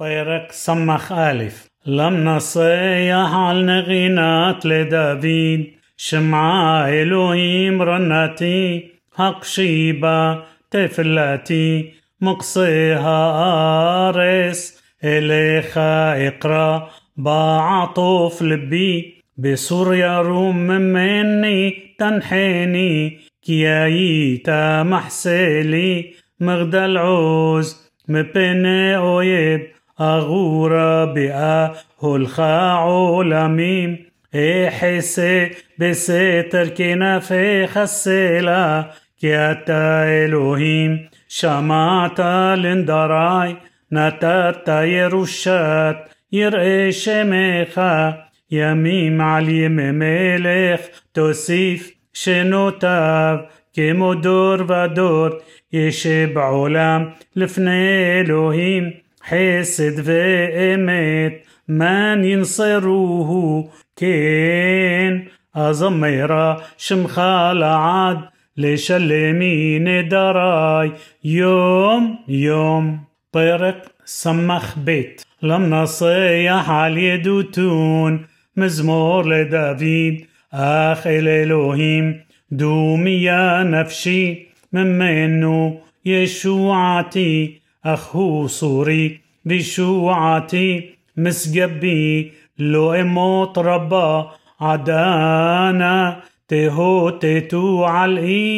פרק סמך א'. למנסח על נגינת לדוד, שמעה אלוהים רנתי, הקשיבה תפילתי, מוקצה הארץ, אליך אקרא, בעטוף לבי, בסור ירום ממני תנחני, כי היית מחסה לי, מגדל עוז מפני אויב, אגורה באה הולכה עולמים, אחסה בסתר כנפיך סלע, כי אתה אלוהים שמעת לנדרי, נתת ירושת יראה שמך, ימים על ימי מלך תוסיף שנותיו, כמו דור ודור ישב בעולם לפני אלוהים, חסד ואמת מן ינصروه, כן אזמרה שמך לעד, לשלמי נדרי יום יום. פרק סמך ב'. למנסח על ידותון, מזמור לדוד, אך אל אלוהים דומיה נפשי, ממנו ישועתי, אך הוא סורי וישועתי, מסגבי לא אמות רבה, עדנה תהותתו על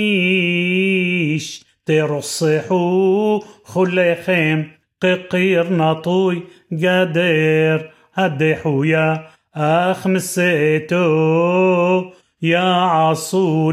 איש, תרסחו כולכם כקיר נטוי גדר הדחויה, אך מסעתו יעשו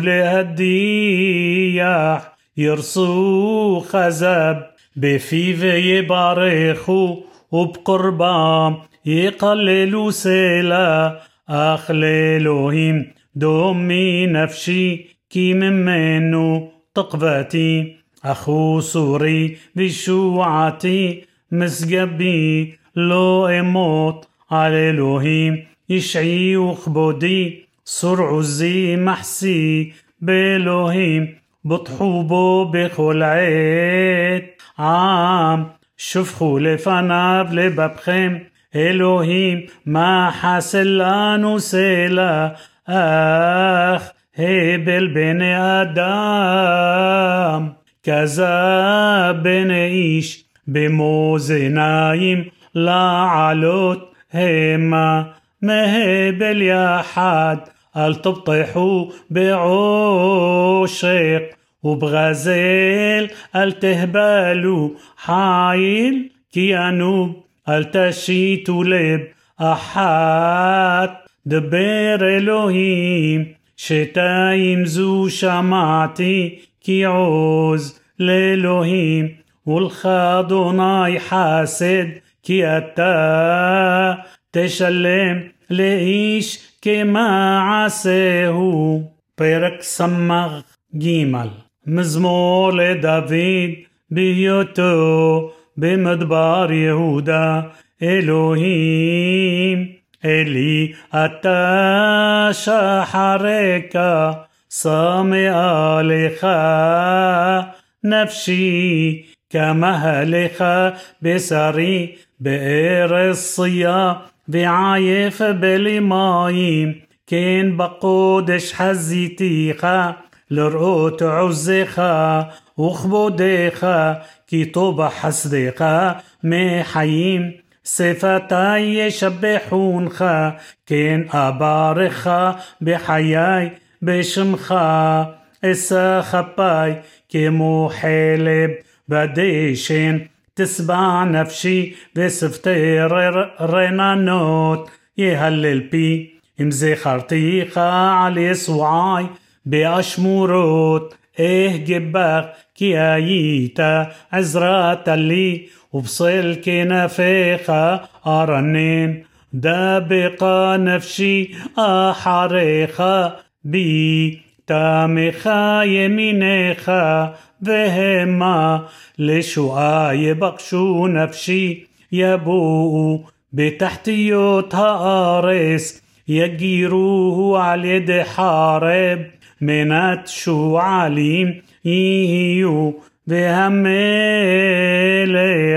להדיח, ירסו חזב בפיו יברכו, ובקרבם יקללו סלע, אך לאלוהים דומי נפשי, כי ממנו תקוותי, אך הוא סורי וישועתי, מסגבי לא אמות על אלוהים, ישעי וכבודי, סור עוזי מחסי באלוהים, בטחו בו בכל עת. עם שפכו לפניו לבבכם, אלוהים מה חסר לנו סלע, אך הבל בני אדם כזב בני איש, במאזניים לעלות המה, מהבל יחד אל תבטחו בעושק, ובגזל אל תהבלו חיל, כי אנוב אל תשיתו לב, אחת דבר אלוהים, שתיים זו שמעתי, כי עוז לאלוהים, ולך אדוני חסד, כי אתה תשלם לאיש כמעשהו. פרק סמך ג'. מזמור לדוד בהיותו במדבר יהודה, אלוהים אלי אתה שחרקה, שמעה לך נפשי, כמהלך בשרי בארץ צייה, ועייף בלי מים, כן בקודש חזיתיך, לראות עוזך וכבודך, כי טוב חסדך מחיים, שפתי ישבחונך, כן אברך בחיי, בשמך אשא כפי כמו חלב בדשן, תשבע נפשי ושפתי רננות יהלל פי, אם זכרתיך על יסועי באשמורות אהגבך, כי היית עזרת לי, ובצל כנפיך ארנן, דבקה נפשי אחריך, בי תמך ימינך, והמה לשועה יבקשו נפשי, יבואו בתחתיות הארץ, יגירוהו על ידי חרב, מנת שועלים יהיו, והמלך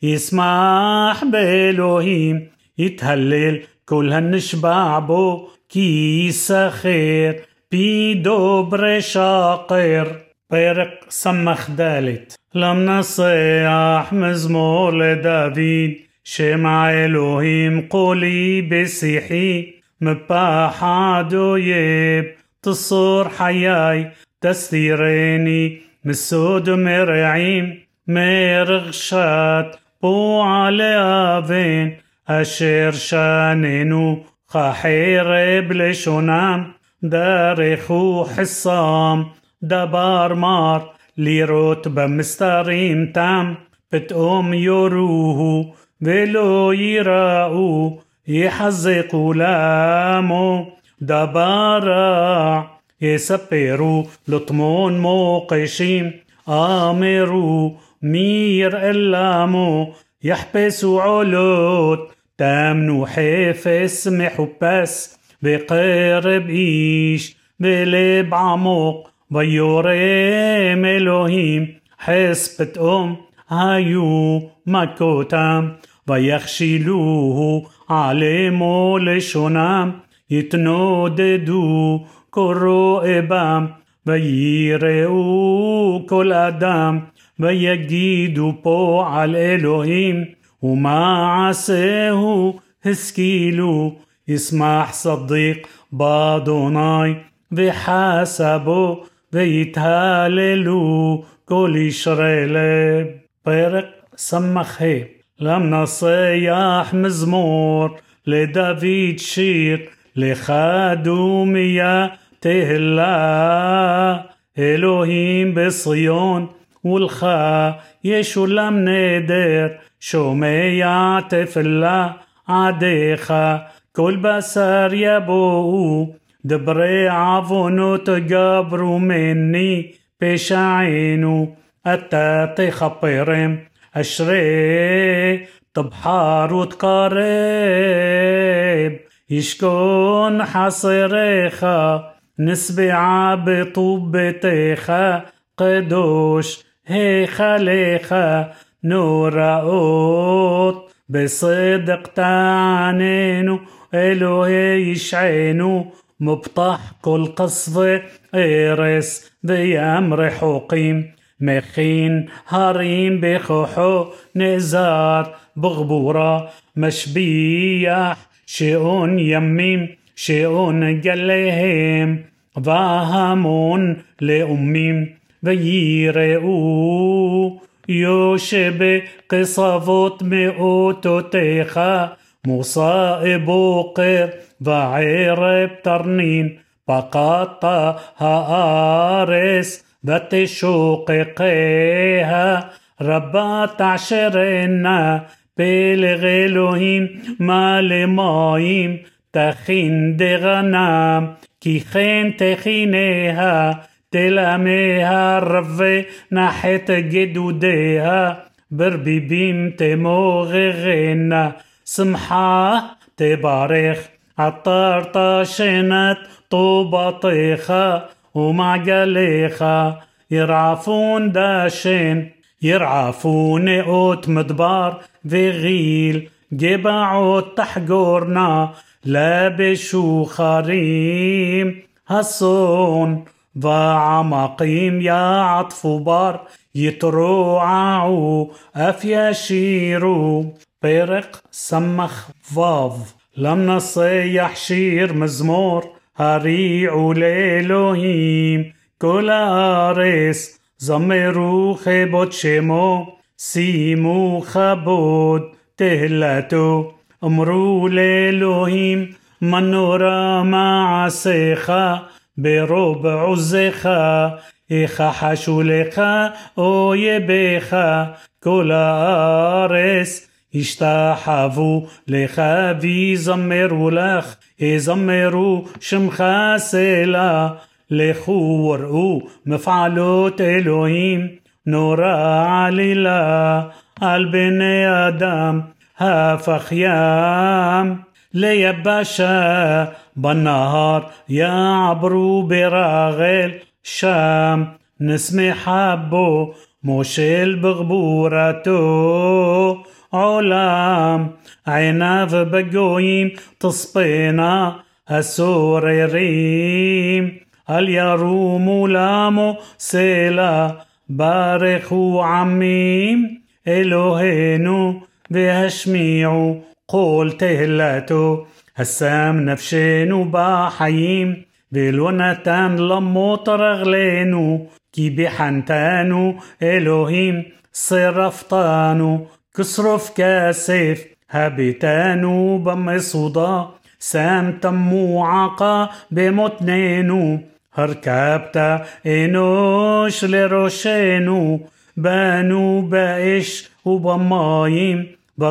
يسمح بإلهيم يتهلل كل هالنشبع بو كي يسخر بيدوبر شاقر. פרק ס"ד. למנסח מזמור לדוד, שמע אלוהים קולי בשיחי, מפחד אויב תסור חיי, תסתירני מסוד מרעים, מרגשת פועלי אבן, אשר שננו כחרב לשונם, דרכו חסם דבר מר, לירות במסתרים תם, פתאום יורוהו ולא יראו, יחזקו למו דבר רע, יספרו לטמון מוקשים, אמרו מי יראה למו, יחפשו עולות, תמנו חפש מחופש, בקרב איש בלב עמוק, ויורם אלוהים חספת היו מכותם, ויכשילוהו עלימו לשונם, יתנודדו כל רועבם, ויראו כל אדם, ויגידו פועל אלוהים, ומעשהו השכילו, ישמח צדיק באדוני, וחסבו ויתהללו כל ישרי לב. פרק ס"ח. למנסח מזמור לדוד שיר, לך דומיה תהילה, אלוהים בציון ולך ישולם נדר, שומע תפילה עדיך, כל בשר יבואו, דברי עוונות גברו מני, פשענו אתה תכפרם, אשרי תבחר ותקרב, ישכון חסריך, נשבעה בטוב ביתך, קדוש היכלך, נוראות בצדק תעננו, אלוהי ישענו, مبطح كل قصف إرس ذيام رحوقيم، مخين هاريم بخوحو نزار بغبورة، مشبيح شئون يميم شئون جلهم، وهمون لأميم ويرئو يوشب قصفوت مئوتوتيخ، مصائب قر וערב תרנין, פקדת הארץ ותשוקקיה, רבה תעשרנה, פלג אלוהים מלא מים, תכין דגנם, כי כן תכיניה, תלמיה רבה נחת גדודיה, ברביבים תמוגגנה, שמחה תברך, عطرت شنت طوبتيخ ومعجليخ، يرعفون داشن يرعفون اوت مدبار وغيل، جبعوت تحجورنا لابشو خريم هصون، وعمقيم يعطفوا بار يتروعوا افيشيرو. פרק ס"ו. למנסח שיר מזמור, הריעו לאלוהים כל הארץ, זמרו כבוד שמו, שימו כבוד תהילתו, אמרו לאלוהים מנורה מעשיך, ברוב עוזך יכחשו לך אויביך, כל הארץ ישתחוו לך ויזמרו לך, יזמרו שמך סלה, לכו וראו מפעלות אלוהים, נורא עלילה על בני אדם, הפך ים ליבשה, בנהר יעברו ברגל, שם נשמחה בו מושל בגבורתו, עולם, עיניו בגויים תספנה הסוררים, אל ירומו למו סלע, ברכו עמים אלוהינו והשמיעו קול תהילתו. השם נפשנו בחיים ולא נתן למות רגלינו, כי בחנתנו אלוהים שרפתנו כשרוף כסף, הביתנו במסודה שמת מועקה במותנינו, הרכבת אנוש לראשנו, בנו באש ובמים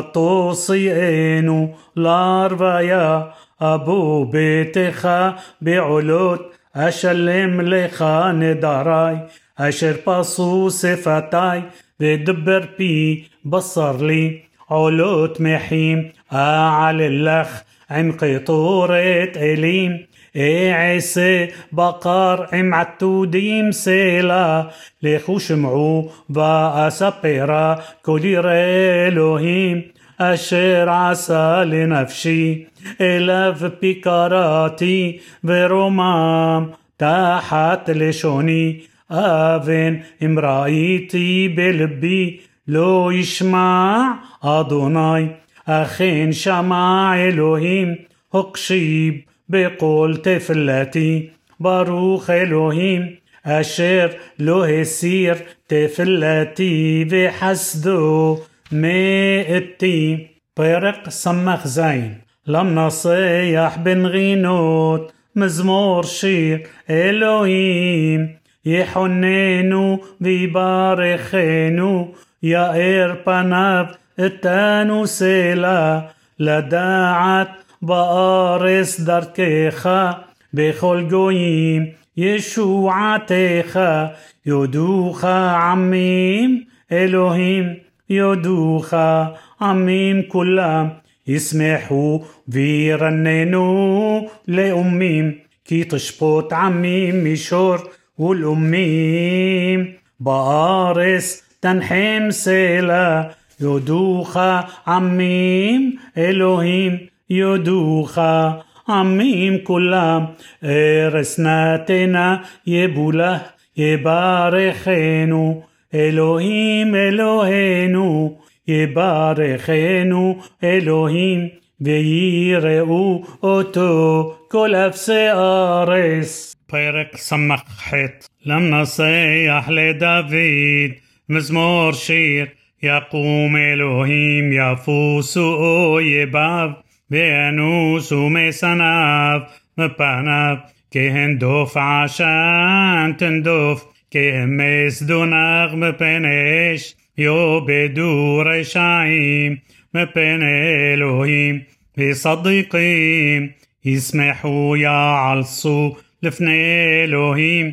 בתוציאנו לרוויה, אבו ביתך בעולות אשלם לך נדרי, אשר פסו שפתי ודבר פי בשר לי, עולות מחים אעלל לך עם קטורת אלים, אעשה בקר עם עתודים סלע, לכו שמעו ואספרה כל ירא אלוהים אשר עשה לנפשי, אליו פי קראתי ורומם תחת לשוני, אבן אם ראיתי בלבי לא ישמע אדוני, אכן שמע אלוהים הקשיב בקול תפילתי, ברוך אלוהים אשר לא הסיר תפילתי וחסדו מאתי. פרק סמך זין. למנצח בנגינות מזמור שיר אלוהים, יחוננו ויברכנו, יאר פניו אתנו סלע, לדעת בארץ דרכך, בכל גויים ישועתך, יודוך עמים אלוהים, יודוך עמים כולם, ישמחו וירננו לאומים, כי תשפוט עמים מישור ולאומים, בארץ תנחם סלע, יודוך עמים אלוהים, יודוך עמים כולם, ארץ נתנה יבולה יברכנו, אלוהים אלוהינו יברכנו אלוהים, ויראו אותו כל אפסי ארץ. פרק סמך ח'. למנצח לדוד מזמור שיר, יקום אלוהים יפוסו אויביו, וינוסו משנאיו מפניו, כהנדוף עשן תנדוף, כהמס דונג מפני אש, יאבדו רשעים מפני אלוהים, וצדיקים ישמחו יעלצו לפני אלוהים,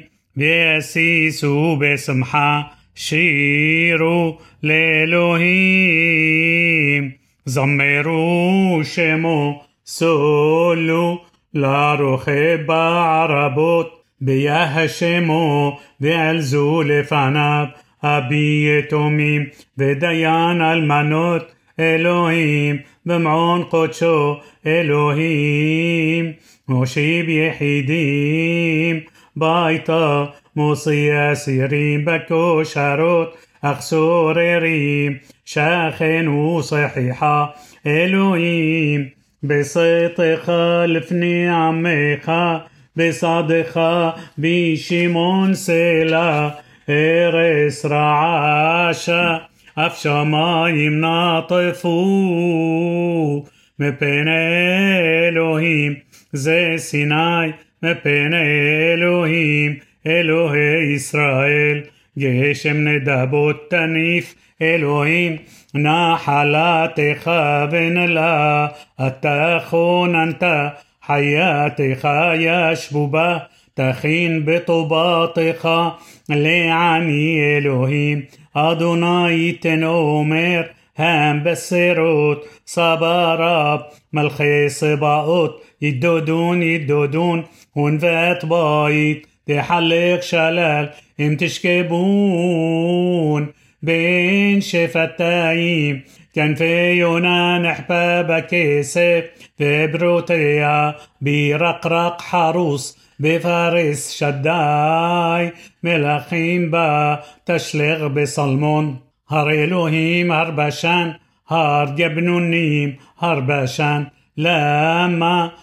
וישישו בשמחה, שירו לאלוהים, זמרו שמו, סולו לרוכב בערבות, ביהשמו ועלזו לפניו, אבי יתומים ודיין אלמנות אלוהים, במעון קודשו אלוהים, מושיב יחידים ביתה, מוציא אסירים בכושרות, אך סוררים שכן ושחיחה אלוהים, בסתך לפני עמך, בסדך בשמעון סלע, ארץ רעשה אף שמים נטפו, מפני אלוהים זה סיני, מפני אלוהים אלוהי ישראל, גשם נדבות תניף אלוהים, נחלתך ונלה, אתה כוננת חייתך ישבו בה, תכין בטובתך לעני אלוהים, אדוני ייתן אומר המבשרות, סבריו מלכי צבאות, ידודון ונבט בית, תחלק שלל אם תשכבון, בין שפתיים كنفي يونا نحبة بكيسة ببروتيا برقرق حروس بفارس شداي ملخيم با تشلغ بصلمون هر إلهيم هر بشان هر جبنونيم هر بشان لما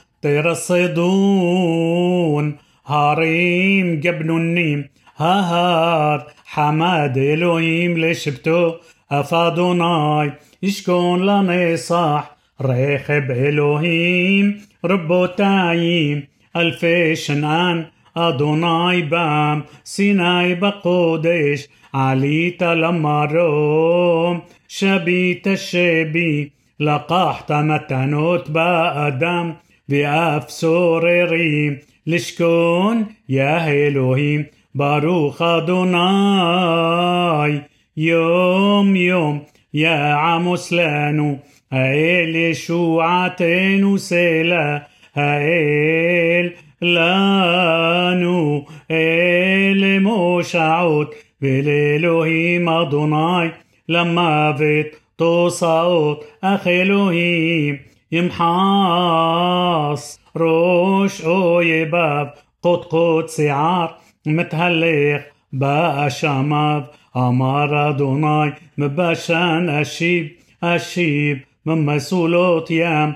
ترصدون هاريم جبنونيم هار حماد إلهيم لشبتو أفادوناي يشكون لنصاح ريخب إلهيم ربوتايم ألفي شنان أدوناي بام سيناي بقودش عليت لمروم شبيت الشبي لقحت متنوت بأدم بأف سورريم لشكون يا إلهيم باروخ أدوناي يوم يوم يا عموس لانو هايل شوعتين سلا هايل لانو هايل مشعوت بالإلهيم أدوناي لما فيت تصوت أخي إلهيم يمحاص روش أويباب قد سعار متهلخ بأشاماب أمار أدوناي مباشان أشيب من مسؤولوت يام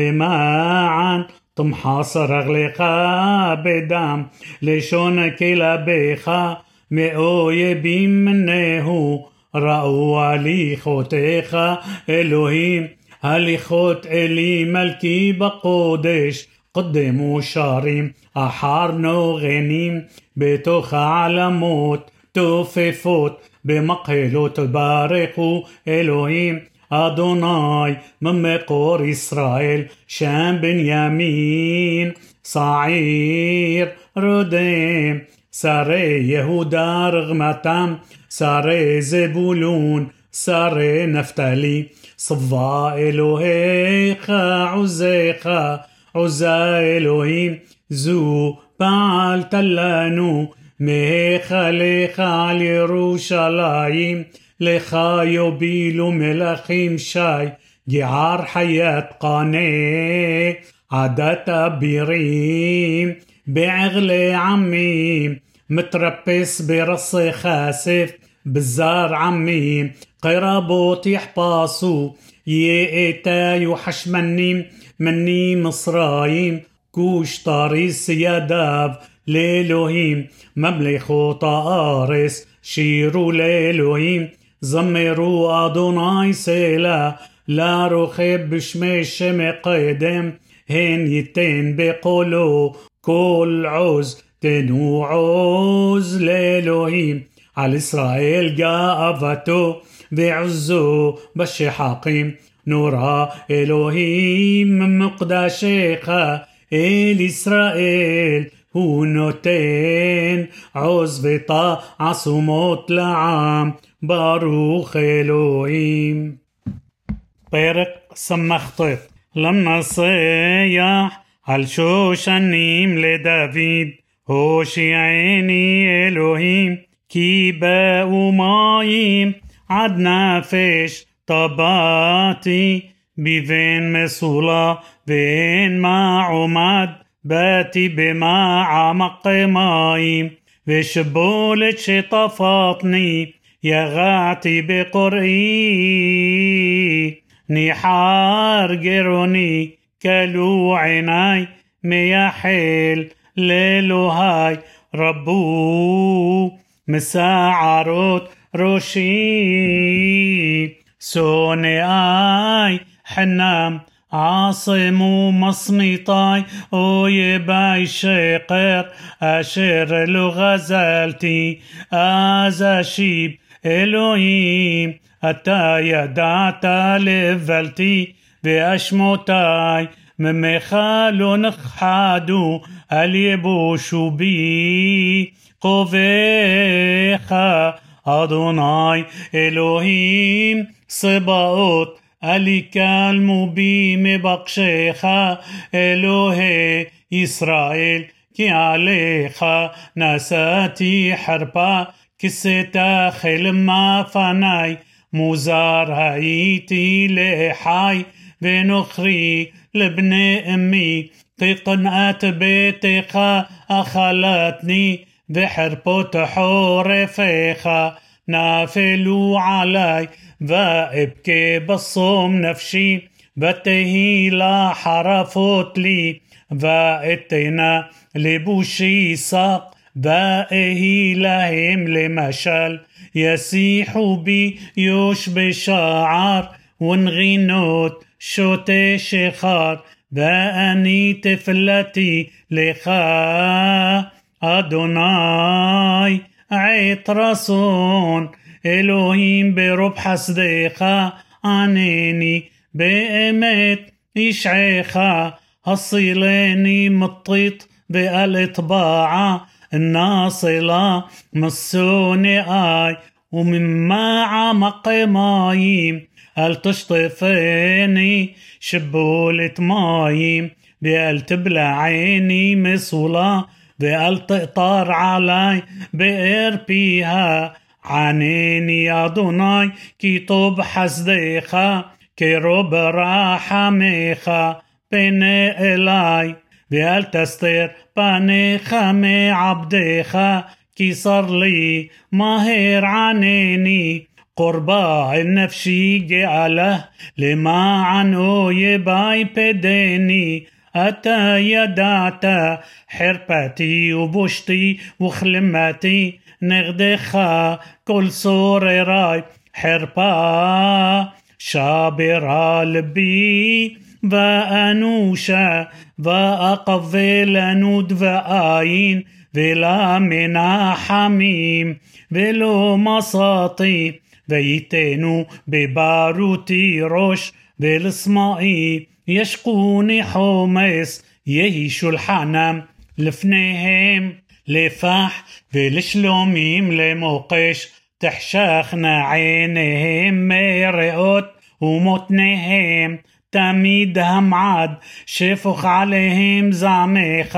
لماعن تمحاصر أغلقا بدم لشونك لبيخا مئويبين منه رأوا لي خوتيخ إلهيم هلي خوت إلي ملكي بقودش قدموا شاريم أحارنو غنيم بتوخ علموت توففوت بمقهلو تباركوا إلهيم أدوناي من مقور إسرائيل شام بنيامين صعير روديم ساري يهودا رغمتام ساري زبولون ساري نفتالي صفا إلهيخا عزيخا عزا إلهيم زو بعل تلانو ميخا ليخا ليروشالايم ليخا يوبيلو ملخيم شاي جعار حياة قاني عادات بيريم بعغلي عميم متربس برص خاسف بالزار عميم قرابوت يحباسو يئتا يوحش مني مصرايم كوش طاريس يداب لإلهيم مملكو طارس شيرو لإلهيم زمروا أدوناي سيلا لا رخب بشمش مقدم هن يتين بقولو كل عوز تنو عوز لإلهيم على إسرائيل جاءفتو بعزو بشحاقيم نورا إلهيم مقدشيخا إل إسرائيل هو نوتين عوز بطا عصوموت لعام باروخ إلهيم פרק ס"ט. למה סייח על שושנים לדוד, הושיעני אלוהים, כי באו מים עד נפש טבעתי, בבן מסולה ואין מעומד, באתי במעמק מים, ושבולת שטפתני, יגעתי בקוראי, ניחר גרוני, כלו עיני, מייחל לאלוהי, רבו מסערות ראשי, שונאי חנם, عاصم مصمتاي أويباي شقر أشر لو غزلتي أزاشيب إلهيم أتا يدعت لفلتي بأشموتاي ممخال نخحادو اليبوشو بي قوفيخا أدوناي إلهيم صباوت אליכלמו בי מבקשך אלוהי ישראל, כי עליך נשאתי חרפה, כיסית חלמה פניי, מוזר הייתי לחי ונוכרי לבני אמי, כי קנאת ביתך אכלתני וחרפות חורפיך נפלו עלי, ואבכה בصوم נפשי בתהילה חרפות לי, ואתנה לבושי שק ואהי להם למשל, יסיחו בי יוש בשער ונגינות שוטה שחר, ואני תפלתי לך אדוני עת רצון, אלוהים ברוב חסדך ענני באמת ישעך, הצילני מطيط بالإطباع الناصلة مسوني ومما عمق مايم هل تشطفني شبولة مايم بقل تبلع عيني مصولة بقل تقطر علي بقر بيها عنيني يا دوناي كي طب حسديخا كي رب رحميخا بني إلي بقل تستر بنيخ معبديخ كي صار لي ماهر عنيني قربا النفشي جعله لما عنه يباي بديني أتا يدعت حربتي وبشتي وخلمتي نغدخا كل صور راي حربا شابر لبي وأنوشا وأقفل أنود وآين ولا مناحميم ולא מסעתי, ויתנו בברותי ראש, ולשמאלי ישקוני חומס, יהי שולחנם לפניהם לפח, ולשלומים למוקש, תחשכנה עיניהם מראות ומותניהם, תמיד המעד שפוך עליהם זעמך,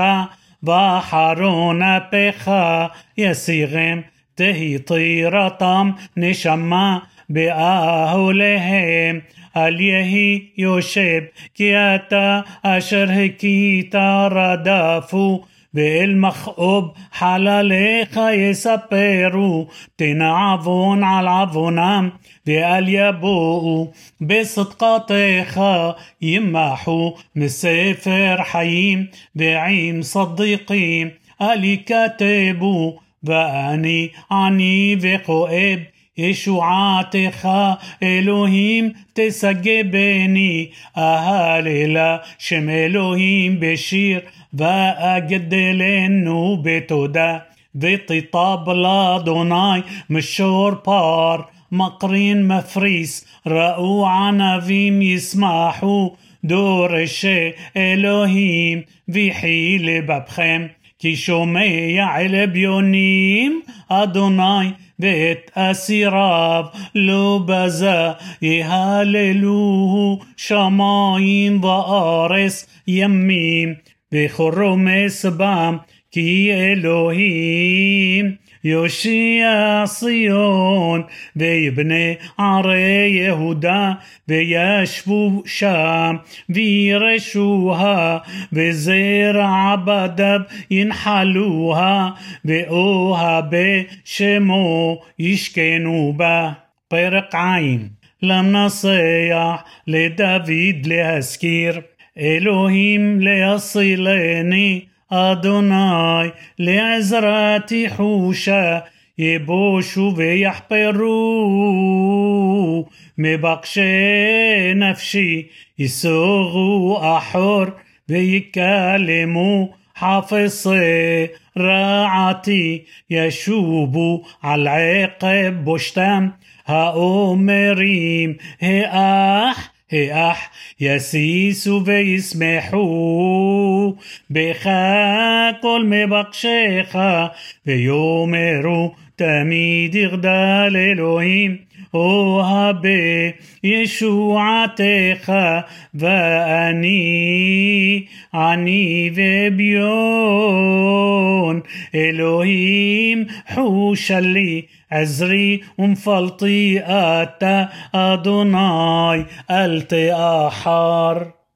ואחרון אפיך יסירם, תהי טירתם נשמה באהליהם, אל יהי יושב כי אתה אשר הכית רדפו, ואל מכאוב חלליך יספרו, תנעבון על עוונם ואל יבואו, בצדקתך ימחו מספר חיים, ועם צדיקים אל יכתבו, ואני עני וכואב, ישועתך אלוהים תסגבני, אהללה שם אלוהים בשיר, ואגדלנו בתודה, ותطاب לאדוני משור פר, מקרין מפריס, ראו ענבים ישמחו, דורשי אלוהים ויחי לבבכם, כי שומע אל אביונים אדוני, ואת אסיריו לא בזה, יהללוהו שמיים וארץ ימים, וחרומס בם כי אלוהים יושיע ציון, ויבנה ערי יהודה וישבו שם וירשוה, וזרע בדב ינחלוה, ואוהבי שמו ישכנו בה. פרק עין. למנסח לדוד להזכיר, אלוהים להצילני, אדוני לעזרתי חושה, יבושו ויחפרו מבקשי נפשי, יסוגו אחור ויקלמו חפשי רעתי, ישובו על עקב בושתם, האומרים האח האח, יסיסו וישמחו בך כל מבקשך, ויאמרו תמיד יגדל אלוהים אוהבי ישועתך, ואני עני ואביון, אלוהים חושה לי عزري ومفلطي أتا أدوناي ألتي آحار